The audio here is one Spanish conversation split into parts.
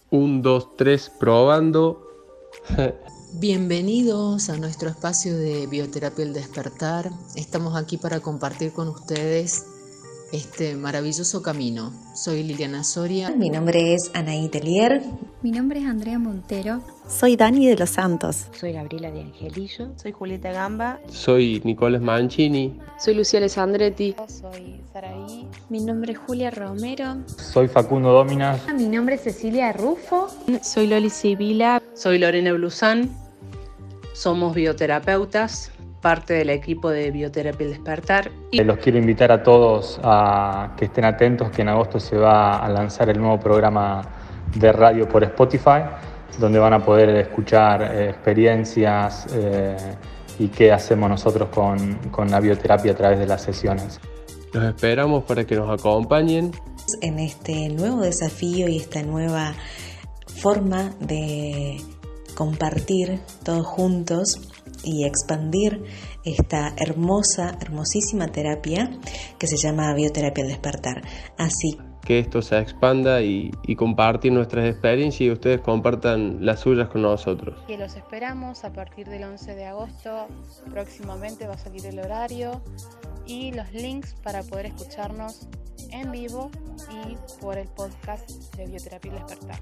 1, 2, 3, probando. Bienvenidos a nuestro espacio de Bioterapia El Despertar. Estamos aquí para compartir con ustedes este maravilloso camino. Soy Liliana Soria. Mi nombre es Anaí Telier. Mi nombre es Andrea Montero. Soy Dani de los Santos. Soy Gabriela de Angelillo. Soy Julieta Gamba. Soy Nicolás Mancini. Soy Lucía Alessandretti. Soy Saraí. Mi nombre es Julia Romero. Soy Facundo Dominas. Mi nombre es Cecilia Rufo. Soy Loli Sibila. Soy Lorena Blusán. Somos bioterapeutas, parte del equipo de Bioterapia El Despertar. Los quiero invitar a todos a que estén atentos, que en agosto se va a lanzar el nuevo programa de radio por Spotify, donde van a poder escuchar experiencias y qué hacemos nosotros con la bioterapia a través de las sesiones. Los esperamos para que nos acompañen en este nuevo desafío y esta nueva forma de compartir todos juntos y expandir esta hermosísima terapia que se llama Bioterapia El Despertar. Así que esto se expanda y compartir nuestras experiencias y ustedes compartan las suyas con nosotros. Que los esperamos a partir del 11 de agosto. Próximamente va a salir el horario y los links para poder escucharnos en vivo y por el podcast de Bioterapia El Despertar.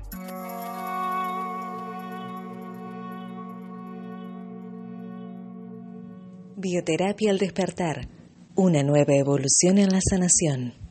Bioterapia al despertar, una nueva evolución en la sanación.